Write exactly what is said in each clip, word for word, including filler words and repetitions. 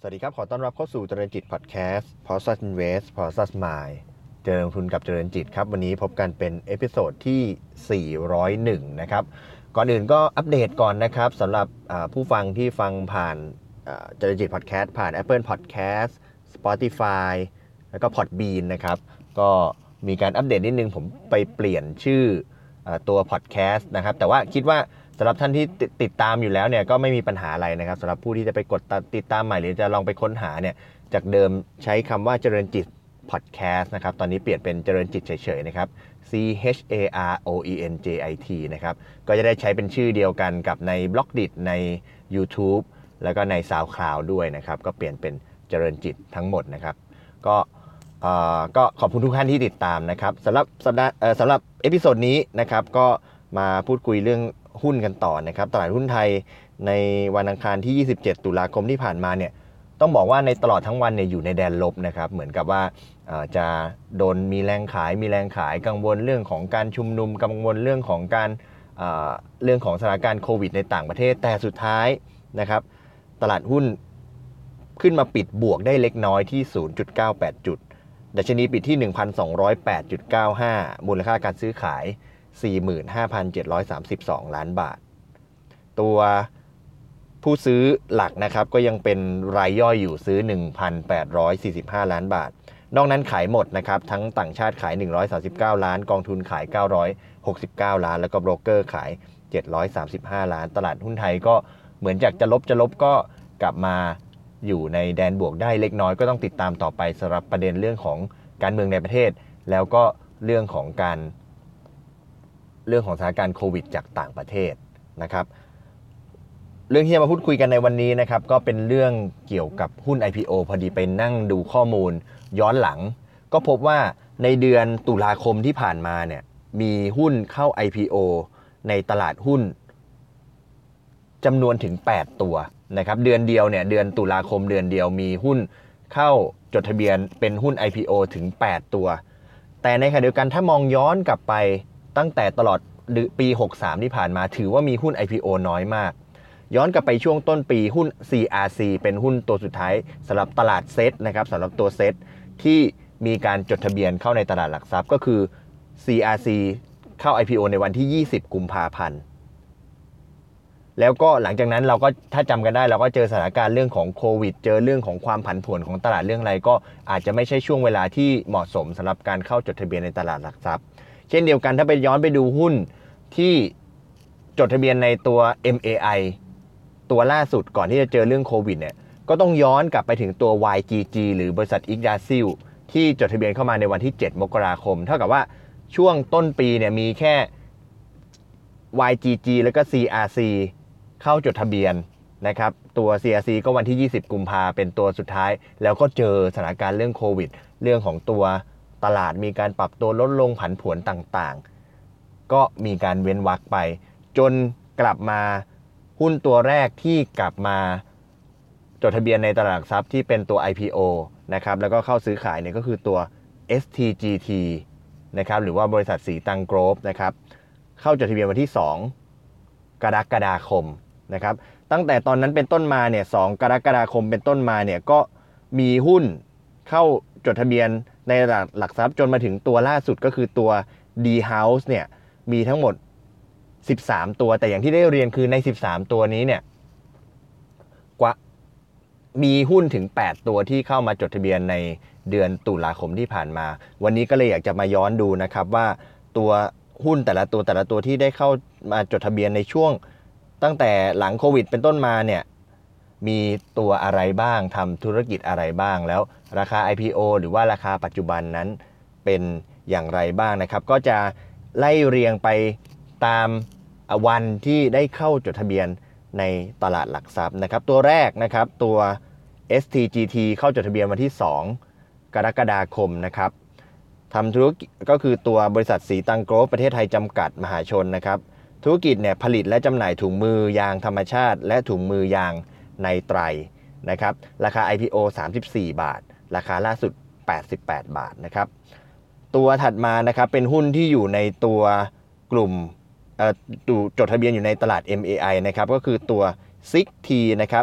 วัสดีครับขอต้อนรับเข้าสู่เจริญจิตพอดแคสต์ Process Invest Process Mind เจริญลงทุนกับเจริญจิตครับวันนี้พบกันเป็นเอพิโซดที่สี่ร้อยเอ็ดนะครับก่อนอื่นก็อัปเดตก่อนนะครับสำหรับผู้ฟังที่ฟังผ่านเจริญจิตพอดแคสต์ผ่าน Apple Podcast Spotify แล้วก็ Podbean นะครับก็มีการอัปเดตนิดนึงผมไปเปลี่ยนชื่อตัวพอดแคสต์นะครับแต่ว่าคิดว่าสำหรับท่านที่ติดตามอยู่แล้วเนี่ยก็ไม่มีปัญหาอะไรนะครับสำหรับผู้ที่จะไปกดติดตามใหม่หรือจะลองไปค้นหาเนี่ยจากเดิมใช้คำว่าเจริญจิตพอดแคสต์นะครับตอนนี้เปลี่ยนเป็นเจริญจิตเฉยๆนะครับ C H A R O E N J I T นะครับก็จะได้ใช้เป็นชื่อเดียวกันกับใน Blogdit ใน YouTube แล้วก็ใน SoundCloud ด้วยนะครับก็เปลี่ยนเป็นเจริญจิตทั้งหมดนะครับก็ก็ขอบคุณทุกท่านที่ติดตามนะครับสำหรับสัปดาห์สำหรับเอพิโซดนี้นะครับก็มาพูดคุยเรื่องหุ้นกันต่อนะครับตลาดหุ้นไทยในวันอังคารที่ยี่สิบเจ็ดตุลาคมที่ผ่านมาเนี่ยต้องบอกว่าในตลอดทั้งวันเนี่ยอยู่ในแดนลบนะครับเหมือนกับว่าจะโดนมีแรงขายมีแรงขายกังวลเรื่องของการชุมนุมกังวลเรื่องของการเรื่องของสถานการณ์โควิดในต่างประเทศแต่สุดท้ายนะครับตลาดหุ้นขึ้นมาปิดบวกได้เล็กน้อยที่ ศูนย์จุดเก้าแปด จุดดัชนีปิดที่ หนึ่งพันสองร้อยแปดจุดเก้าห้า มูลค่าการซื้อขาย สี่หมื่นห้าพันเจ็ดร้อยสามสิบสอง ล้านบาทตัวผู้ซื้อหลักนะครับก็ยังเป็นรายย่อยอยู่ซื้อ หนึ่งพันแปดร้อยสี่สิบห้า ล้านบาทนอกนั้นขายหมดนะครับทั้งต่างชาติขายหนึ่งร้อยสามสิบเก้าล้านกองทุนขายเก้าร้อยหกสิบเก้าล้านแล้วก็โบรกเกอร์ขายเจ็ดร้อยสามสิบห้าล้านตลาดหุ้นไทยก็เหมือนจากจะลบจะลบก็กลับมาอยู่ในแดนบวกได้เล็กน้อยก็ต้องติดตามต่อไปสำหรับประเด็นเรื่องของการเมืองในประเทศแล้วก็เรื่องของการเรื่องของสถานการณ์โควิดจากต่างประเทศนะครับเรื่องที่จะมาพูดคุยกันในวันนี้นะครับก็เป็นเรื่องเกี่ยวกับหุ้น ไอ พี โอ พอดีไปนั่งดูข้อมูลย้อนหลังก็พบว่าในเดือนตุลาคมที่ผ่านมาเนี่ยมีหุ้นเข้า ไอ พี โอ ในตลาดหุ้นจำนวนถึงแปดตัวนะครับเดือนเดียวเนี่ยเดือนตุลาคมเดือนเดียวมีหุ้นเข้าจดทะเบียนเป็นหุ้น ไอ พี โอ ถึงแปดตัวแต่ในขณะเดียวกันถ้ามองย้อนกลับไปตั้งแต่ตลอดปีหกสิบสามที่ผ่านมาถือว่ามีหุ้น ไอ พี โอ น้อยมากย้อนกลับไปช่วงต้นปีหุ้น ซี อาร์ ซี เป็นหุ้นตัวสุดท้ายสำหรับตลาดเซตนะครับสำหรับตัวเซตที่มีการจดทะเบียนเข้าในตลาดหลักทรัพย์ก็คือ ซี อาร์ ซี เข้า ไอ พี โอ ในวันที่ยี่สิบกุมภาพันธ์แล้วก็หลังจากนั้นเราก็ถ้าจำกันได้เราก็เจอสถานการณ์เรื่องของโควิดเจอเรื่องของความผันผวนของตลาดเรื่องอะไรก็อาจจะไม่ใช่ช่วงเวลาที่เหมาะสมสำหรับการเข้าจดทะเบียนในตลาดหลักทรัพย์เช่นเดียวกันถ้าไปย้อนไปดูหุ้นที่จดทะเบียนในตัว เอ็ม เอ ไอ ตัวล่าสุดก่อนที่จะเจอเรื่องโควิดเนี่ยก็ต้องย้อนกลับไปถึงตัว วาย จี จี หรือบริษัทอิกดาซิลที่จดทะเบียนเข้ามาในวันที่เจ็ดมกราคมเท่ากับว่าช่วงต้นปีเนี่ยมีแค่ วาย จี จี แล้วก็ ซี อาร์ ซี เข้าจดทะเบียนนะครับตัว ซี อาร์ ซี ก็วันที่ยี่สิบกุมภาพันธ์เป็นตัวสุดท้ายแล้วก็เจอสถานการณ์เรื่องโควิดเรื่องของตัวตลาดมีการปรับตัวลดลงผันผวนต่างๆก็มีการเว้นวรรคไปจนกลับมาหุ้นตัวแรกที่กลับมาจดทะเบียนในตลาดหลักทรัพย์ที่เป็นตัว ไอ พี โอ นะครับแล้วก็เข้าซื้อขายเนี่ยก็คือตัว เอส ที จี ที นะครับหรือว่าบริษัทสีตังโกรฟนะครับเข้าจดทะเบียนวันที่สองกรกฎาคมนะครับตั้งแต่ตอนนั้นเป็นต้นมาเนี่ยสองกรกฎาคมเป็นต้นมาเนี่ยก็มีหุ้นเข้าจดทะเบียนในตลาดหลักทรัพย์จนมาถึงตัวล่าสุดก็คือตัว D House เนี่ยมีทั้งหมดสิบสามตัวแต่อย่างที่ได้เรียนคือในสิบสามตัวนี้เนี่ยกว่ามีหุ้นถึงแปดตัวที่เข้ามาจดทะเบียนในเดือนตุลาคมที่ผ่านมาวันนี้ก็เลยอยากจะมาย้อนดูนะครับว่าตัวหุ้นแต่ละตัวแต่ละตัวที่ได้เข้ามาจดทะเบียนในช่วงตั้งแต่หลังโควิดเป็นต้นมาเนี่ยมีตัวอะไรบ้างทำธุรกิจอะไรบ้างแล้วราคา ไอ พี โอ หรือว่าราคาปัจจุบันนั้นเป็นอย่างไรบ้างนะครับก็จะไล่เรียงไปตามวันที่ได้เข้าจดทะเบียนในตลาดหลักทรัพย์นะครับตัวแรกนะครับตัว เอส ที จี ที เข้าจดทะเบียนวันที่สองกรกฎาคมนะครับทำธุรกิจก็คือตัวบริษัทสีตังโกรฟประเทศไทยจำกัดมหาชนนะครับธุรกิจเนี่ยผลิตและจำหน่ายถุงมือยางธรรมชาติและถุงมือยางในไตรนะครับราคา ไอ พี โอ สามสิบสี่บาทราคาล่าสุดแปดสิบแปดบาทนะครับตัวถัดมานะครับเป็นหุ้นที่อยู่ในตัวกลุ่มเอ่อจดทะเบียนอยู่ในตลาด เอ็ม เอ ไอ นะครับก็คือตัว ซิก ที นะครับ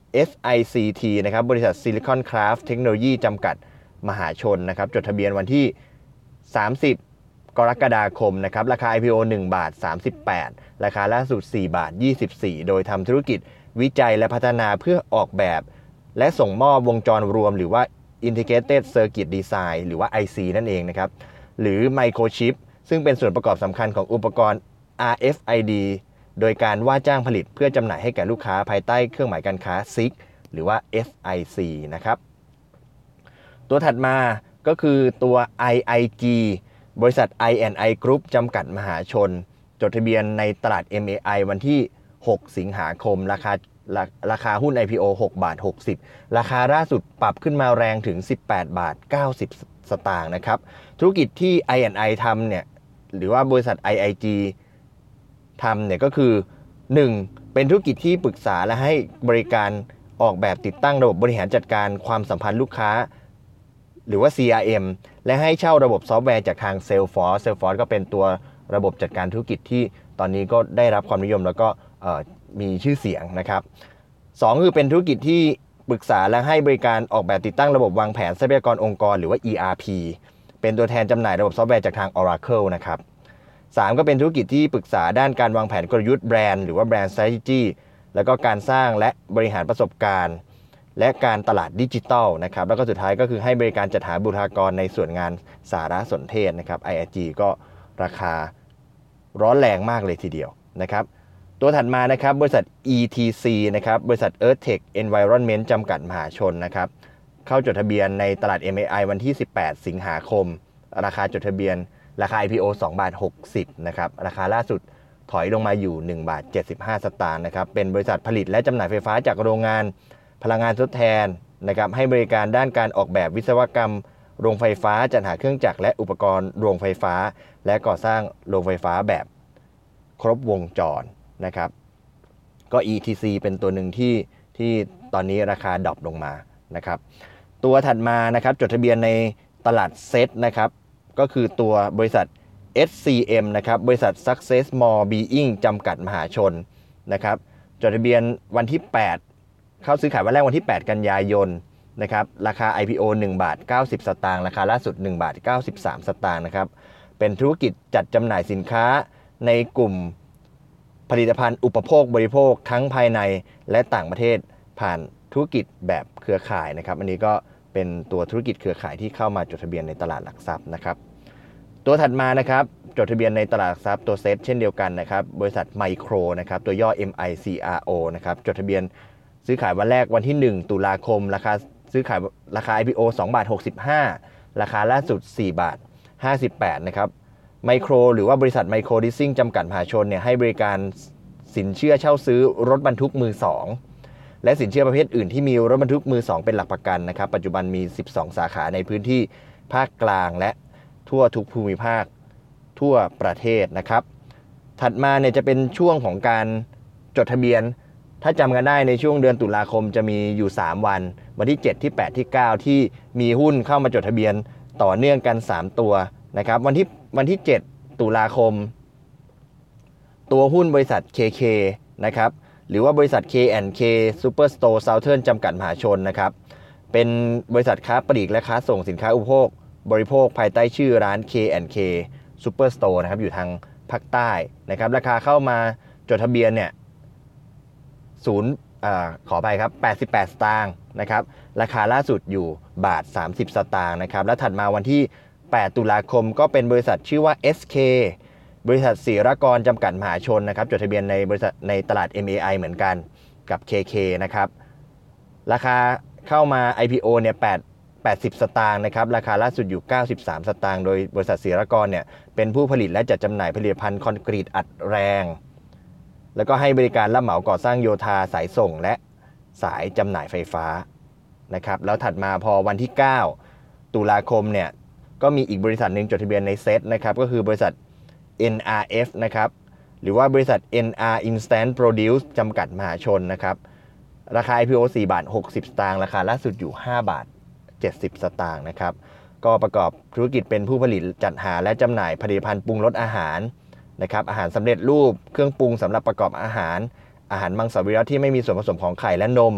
เอส ไอ ซี ที นะครับบริษัท Silicon Craft Technology จำกัดมหาชนนะครับจดทะเบียนวันที่สามสิบกรกฎาคมนะครับราคา ไอ พี โอ หนึ่งบาทสามสิบแปดราคาล่าสุดสี่บาทยี่สิบสี่โดยทำธุรกิจวิจัยและพัฒนาเพื่อออกแบบและส่งมอบวงจรรวมหรือว่า Integrated Circuit Design หรือว่า ไอ ซี นั่นเองนะครับหรือ Microchip ซึ่งเป็นส่วนประกอบสำคัญของอุปกรณ์ อาร์ เอฟ ไอ ดี โดยการว่าจ้างผลิตเพื่อจำหน่ายให้แก่ลูกค้าภายใต้เครื่องหมายการค้า ซิก หรือว่า เอส ไอ ซี นะครับตัวถัดมาก็คือตัว ไอ ไอ จี บริษัท ไอ แอนด์ ไอ Group จำกัดมหาชนจดทะเบียนในตลาด เอ็ม เอ ไอ วันที่หกสิงหาคมราคาราคาหุ้น ไอ พี โอ หกบาทหกสิบราคาล่าสุดปรับขึ้นมาแรงถึงสิบแปดบาทเก้าสิบสตางค์นะครับธุรกิจที่ ไอ แอนด์ ไอ ทำเนี่ยหรือว่าบริษัท ไอ ไอ จี ทำเนี่ยก็คือหนึ่งเป็นธุรกิจที่ปรึกษาและให้บริการออกแบบติดตั้งระบบบริหารจัดการความสัมพันธ์ลูกค้าหรือว่า ซี อาร์ เอ็ม และให้เช่าระบบซอฟต์แวร์จากทาง Salesforce Salesforce ก็เป็นตัวระบบจัดการธุรกิจที่ตอนนี้ก็ได้รับความนิยมแล้วก็มีชื่อเสียงนะครับสองคือเป็นธุรกิจที่ปรึกษาและให้บริการออกแบบติดตั้งระบบวางแผนทรัพยากรองค์กรหรือว่า อี อาร์ พี เป็นตัวแทนจำหน่ายระบบซอฟต์แวร์จากทาง Oracle นะครับสามก็เป็นธุรกิจที่ปรึกษาด้านการวางแผนกลยุทธ์แบรนด์หรือว่าแบรนด์ strategy แล้วก็การสร้างและบริหารประสบการณ์และการตลาดดิจิทัลนะครับแล้วก็สุดท้ายก็คือให้บริการจัดหาบุคลากรในส่วนงานสารสนเทศนะครับ ไอ ไอ จี ก็ราคาร้อนแรงมากเลยทีเดียวนะครับตัวถัดมานะครับบริษัท อี ที ซี นะครับบริษัท Earthtech Environment จำกัดมหาชนนะครับเข้าจดทะเบียนในตลาด เอ็ม เอ ไอ วันที่สิบแปดสิงหาคมราคาจดทะเบียนราคา ไอ พี โอ สองบาทหกสิบนะครับราคาล่าสุดถอยลงมาอยู่หนึ่งบาทเจ็ดสิบห้าสตางค์นะครับเป็นบริษัทผลิตและจำหน่ายไฟฟ้าจากโรงงานพลังงานทดแทนนะครับให้บริการด้านการออกแบบวิศวกรรมโรงไฟฟ้าจัดหาเครื่องจักรและอุปกรณ์โรงไฟฟ้าและก่อสร้างโรงไฟฟ้าแบบครบวงจรนะครับก็ อี ที ซี เป็นตัวหนึ่งที่ที่ตอนนี้ราคาดรอปลงมานะครับตัวถัดมานะครับจดทะเบียนในตลาดเซ็ตนะครับก็คือตัวบริษัท เอส ซี เอ็ม นะครับบริษัท Success More Being จำกัดมหาชนนะครับจดทะเบียนวันที่แปดเข้าซื้อขายวันแรกวันที่แปดกันยายนนะครับราคา ไอ พี โอ หนึ่งบาทเก้าสิบสตางค์ราคาล่าสุดหนึ่งบาทเก้าสิบสามสตางค์นะครับเป็นธุรกิจจัดจำหน่ายสินค้าในกลุ่มผลิตภัณฑ์อุปโภคบริโภคทั้งภายในและต่างประเทศผ่านธุรกิจแบบเครือข่ายนะครับอันนี้ก็เป็นตัวธุรกิจเครือข่ายที่เข้ามาจดทะเบียนในตลาดหลักทรัพย์นะครับตัวถัดมานะครับจดทะเบียนในตลาดหลักทรัพย์ตัวเซตเช่นเดียวกันนะครับบริษัทไมโครนะครับตัวย่อ เอ็ม ไอ ซี อาร์ โอ นะครับจดทะเบียนซื้อขายวันแรกวันที่หนึ่งตุลาคมราคาซื้อขายราคา ไอ พี โอ สองบาทหกสิบห้าราคาล่าสุดสี่บาทห้าสิบแปดนะครับไมโครหรือว่าบริษัทไมโครลิสซิ่งจำกัดมหาชนเนี่ยให้บริการสินเชื่อเช่าซื้อรถบรรทุกมือสองและสินเชื่อประเภทอื่นที่มีรถบรรทุกมือสองเป็นหลักประกันนะครับปัจจุบันมีสิบสองสาขาในพื้นที่ภาคกลางและทั่วทุกภูมิภาคทั่วประเทศนะครับถัดมาเนี่ยจะเป็นช่วงของการจดทะเบียนถ้าจำกันได้ในช่วงเดือนตุลาคมจะมีอยู่สามวันวันที่เจ็ดที่แปดที่เก้าที่มีหุ้นเข้ามาจดทะเบียนต่อเนื่องกันสามตัวนะครับวันที่วันที่เจ็ดตุลาคมตัวหุ้นบริษัท เค เค นะครับหรือว่าบริษัท เค แอนด์ เค Superstore Southern จำกัดมหาชนนะครับเป็นบริษัทค้าปลีกและค้าส่งสินค้าอุปโภคบริโภคภายใต้ชื่อร้าน เค แอนด์ เค Superstore นะครับอยู่ทางภาคใต้นะครับราคาเข้ามาจดทะเบียนเนี่ยศูนย์อ่าขอไปครับแปดสิบแปดสตางค์นะครับราคาล่าสุดอยู่บาทสามสิบสตางค์นะครับและถัดมาวันที่แปดตุลาคมก็เป็นบริษัทชื่อว่า เอส เค บริษัทศิรกรจำกัดมหาชนนะครับจดทะเบียนในบริษัทในตลาด เอ็ม เอ ไอ เหมือนกันกับ เค เค นะครับราคาเข้ามา ไอ พี โอ เนี่ยแปดสิบสตางค์นะครับราคาล่าสุดอยู่เก้าสิบสามสตางค์โดยบริษัทศิรกรเนี่ยเป็นผู้ผลิตและจัดจำหน่ายผลิตภัณฑ์คอนกรีตอัดแรงแล้วก็ให้บริการรับเหมาก่อสร้างโยธาสายส่งและสายจำหน่ายไฟฟ้านะครับแล้วถัดมาพอวันที่เก้าตุลาคมเนี่ยก็มีอีกบริษัทหนึ่งจดทะเบียนในเซตนะครับก็คือบริษัท เอ็น อาร์ เอฟ นะครับหรือว่าบริษัท เอ็น อาร์ Instant Produce จำกัดมหาชนนะครับราคา ไอ พี โอ สี่บาทหกสิบสตางค์ราคาล่าสุดอยู่ห้าบาทเจ็ดสิบสตางค์นะครับก็ประกอบธุรกิจเป็นผู้ผลิตจัดหาและจำหน่ายผลิตภัณฑ์ปรุงรสอาหารนะครับอาหารสำเร็จรูปเครื่องปรุงสำหรับประกอบอาหารอาหารมังสวิรัติที่ไม่มีส่วนผสมของไข่และนม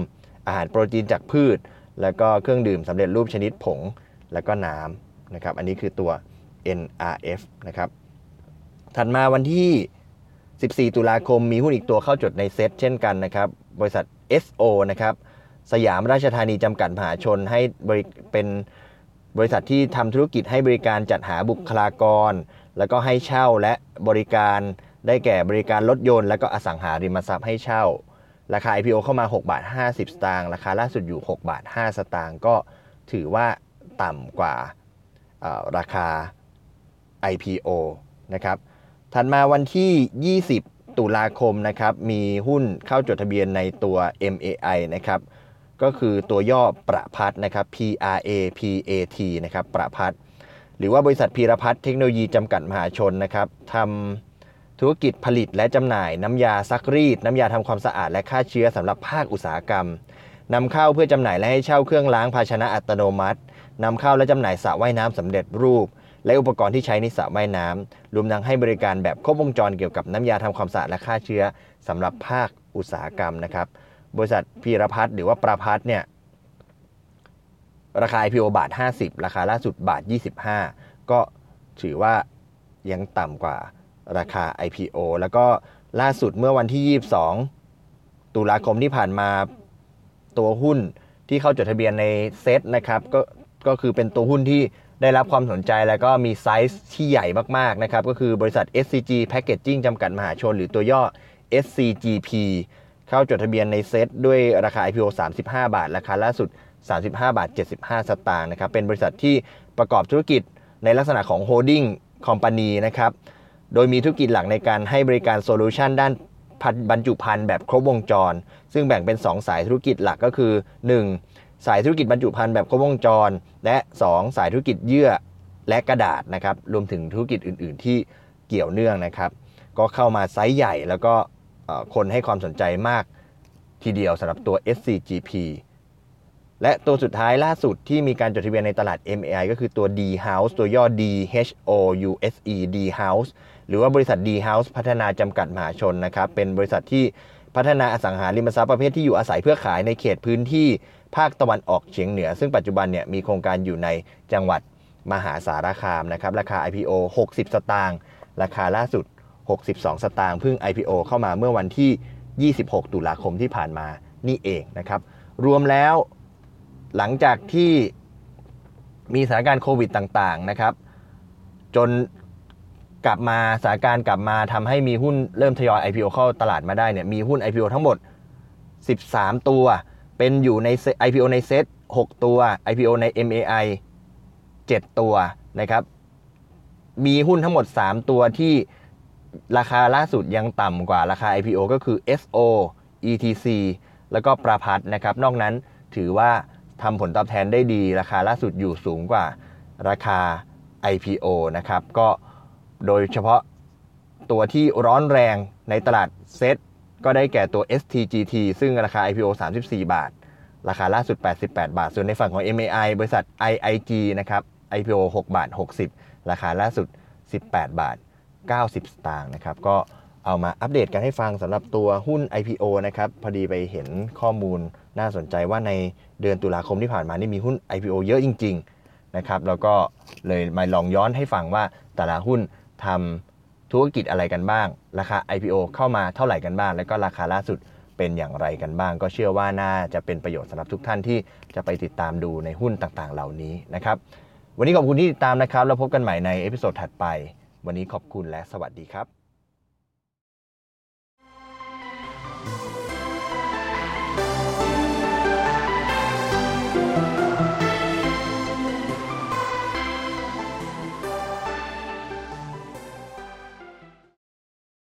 อาหารโปรตีนจากพืชแล้วก็เครื่องดื่มสำเร็จรูปชนิดผงแล้วก็น้ำนะครับอันนี้คือตัว เอ็น อาร์ เอฟ นะครับถัดมาวันที่สิบสี่ตุลาคมมีหุ้นอีกตัวเข้าจดในเซ็ตเช่นกันนะครับบริษัท เอส โอ นะครับสยามราชธานีจำกัดมหาชนให้บริเป็นบริษัทที่ทำธุรกิจให้บริการจัดหาบุคลากรแล้วก็ให้เช่าและบริการได้แก่บริการรถยนต์และก็อสังหาริมทรัพย์ให้เช่าราคา ไอ พี โอ เข้ามาหกบาทห้าสิบสตางค์ราคาล่าสุดอยู่หกบาทห้าสตางค์ก็ถือว่าต่ำกว่าราคา ไอ พี โอ นะครับถัดมาวันที่ยี่สิบตุลาคมนะครับมีหุ้นเข้าจดทะเบียนในตัว เอ็ม เอ ไอ นะครับก็คือตัวย่อประพัฒน์นะครับ พี อาร์ เอ พี เอ ที นะครับประพัฒน์หรือว่าบริษัทพีรพัฒน์เทคโนโลยีจำกัดมหาชนนะครับทำธุรกิจผลิตและจำหน่ายน้ำยาซักรีดน้ำยาทำความสะอาดและฆ่าเชื้อสำหรับภาคอุตสาหกรรมนำเข้าเพื่อจำหน่ายและให้เช่าเครื่องล้างภาชนะอัตโนมัตินำเข้าและจำหน่ายสระว่ายน้ำสำเร็จรูปและอุปกรณ์ที่ใช้ในสระว่ายน้ำรวมทั้งให้บริการแบบครบวงจรเกี่ยวกับน้ำยาทำความสะอาดและฆ่าเชื้อสำหรับภาคอุตสาหกรรมนะครับบริษัทพีรพัฒน์หรือว่าประพัฒน์เนี่ยราคา ไอ พี โอ บาทห้าสิบราคาล่าสุดบาทยี่สิบห้าก็ถือว่ายังต่ำกว่าราคา ไอ พี โอ แล้วก็ล่าสุดเมื่อวันที่ยี่สิบสองตุลาคมที่ผ่านมาตัวหุ้นที่เข้าจดทะเบียนในเซ็ตนะครับก็ก็คือเป็นตัวหุ้นที่ได้รับความสนใจแล้วก็มีไซส์ที่ใหญ่มากๆนะครับก็คือบริษัท เอส ซี จี Packaging จำกัดมหาชนหรือตัวย่อ เอส ซี จี พี เข้าจดทะเบียนในเซ็ตด้วยราคา ไอ พี โอ สามสิบห้าบาทราคาล่าสุดสามสิบห้าบาทเจ็ดสิบห้าสตางค์นะครับเป็นบริษัทที่ประกอบธุรกิจในลักษณะของ Holding Company นะครับโดยมีธุรกิจหลักในการให้บริการโซลูชันด้านบรรจุภัณฑ์แบบครบวงจรซึ่งแบ่งเป็นสองสายธุรกิจหลักก็คือหนึ่งสายธุรกิจบรรจุภัณฑ์แบบครบวงจรและสองสายธุรกิจเยื่อและกระดาษนะครับรวมถึงธุรกิจอื่นๆที่เกี่ยวเนื่องนะครับก็เข้ามาไซส์ใหญ่แล้วก็คนให้ความสนใจมากทีเดียวสำหรับตัว เอส ซี จี พี และตัวสุดท้ายล่าสุดที่มีการจดทะเบียนในตลาด เอ็ม เอ ไอ ก็คือตัว D House ตัวย่อ D H O U S E D House หรือว่าบริษัท D House พัฒนาจำกัดมหาชนนะครับเป็นบริษัทที่พัฒนาอสังหาริมทรัพย์ประเภทที่อยู่อาศัยเพื่อขายในเขตพื้นที่ภาคตะวันออกเฉียงเหนือซึ่งปัจจุบันเนี่ยมีโครงการอยู่ในจังหวัดมหาสารคามนะครับราคา ไอ พี โอ หกสิบสตางค์ราคาล่าสุดหกสิบสองสตางค์เพิ่ง ไอ พี โอ เข้ามาเมื่อวันที่ยี่สิบหกตุลาคมที่ผ่านมานี่เองนะครับรวมแล้วหลังจากที่มีสถานการณ์โควิดต่างๆนะครับจนกลับมาสถานการณ์กลับมาทำให้มีหุ้นเริ่มทยอย ไอ พี โอ เข้าตลาดมาได้เนี่ยมีหุ้น ไอ พี โอ ทั้งหมดสิบสามตัวเป็นอยู่ใน ไอ พี โอ ในเซ็ตหกตัว ไอ พี โอ ใน เอ็ม เอ ไอ เจ็ดตัวนะครับมีหุ้นทั้งหมดสามตัวที่ราคาล่าสุดยังต่ำกว่าราคา ไอ พี โอ ก็คือ เอส โอ อี ที ซี แล้วก็ประพัฒน์นะครับนอกนั้นถือว่าทำผลตอบแทนได้ดีราคาล่าสุดอยู่สูงกว่าราคา ไอ พี โอ นะครับก็โดยเฉพาะตัวที่ร้อนแรงในตลาดเซ็ตก็ได้แก่ตัว เอส ที จี ที ซึ่งราคา ไอ พี โอ สามสิบสี่บาทราคาล่าสุดแปดสิบแปดบาทส่วนในฝั่งของ เอ็ม เอ ไอ บริษัท ไอ ไอ จี นะครับ ไอ พี โอ หกบาทหกสิบราคาล่าสุดสิบแปดบาทเก้าสิบสตางค์นะครับก็เอามาอัปเดตกันให้ฟังสำหรับตัวหุ้น ไอ พี โอ นะครับพอดีไปเห็นข้อมูลน่าสนใจว่าในเดือนตุลาคมที่ผ่านมานี่มีหุ้น ไอ พี โอ เยอะจริงๆนะครับแล้วก็เลยมาลองย้อนให้ฟังว่าแต่ละหุ้นทำธุรกิจอะไรกันบ้างราคา ไอ พี โอ เข้ามาเท่าไหร่กันบ้างแล้วก็ราคาล่าสุดเป็นอย่างไรกันบ้างก็เชื่อว่าน่าจะเป็นประโยชน์สำหรับทุกท่านที่จะไปติดตามดูในหุ้นต่างๆเหล่านี้นะครับวันนี้ขอบคุณที่ติดตามนะครับแล้วพบกันใหม่ในเอพิโซดถัดไปวันนี้ขอบคุณและสวัสดีครับ